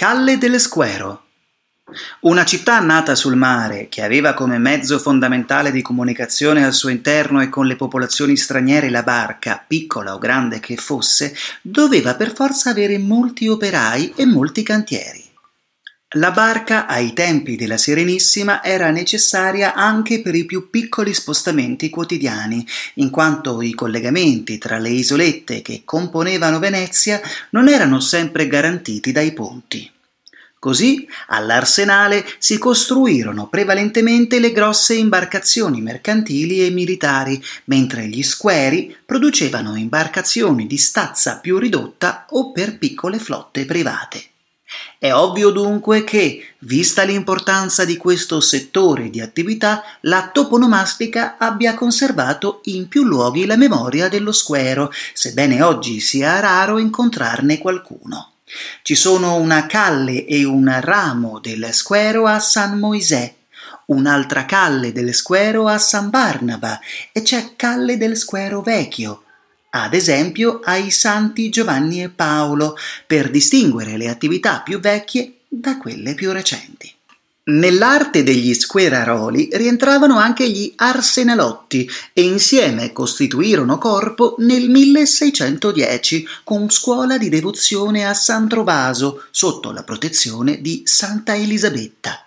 Calle del Squero. Una città nata sul mare, che aveva come mezzo fondamentale di comunicazione al suo interno e con le popolazioni straniere la barca, piccola o grande che fosse, doveva per forza avere molti operai e molti cantieri. La barca, ai tempi della Serenissima, era necessaria anche per i più piccoli spostamenti quotidiani, in quanto i collegamenti tra le isolette che componevano Venezia non erano sempre garantiti dai ponti. Così, all'Arsenale si costruirono prevalentemente le grosse imbarcazioni mercantili e militari, mentre gli squeri producevano imbarcazioni di stazza più ridotta o per piccole flotte private. È ovvio dunque che, vista l'importanza di questo settore di attività, la toponomastica abbia conservato in più luoghi la memoria dello squero, sebbene oggi sia raro incontrarne qualcuno. Ci sono una calle e un ramo del Squero a San Moisè, un'altra calle del Squero a San Barnaba e c'è Calle del Squero Vecchio, ad esempio ai Santi Giovanni e Paolo, per distinguere le attività più vecchie da quelle più recenti. Nell'arte degli squeraroli rientravano anche gli arsenalotti e insieme costituirono corpo nel 1610 con scuola di devozione a San Trovaso sotto la protezione di Santa Elisabetta.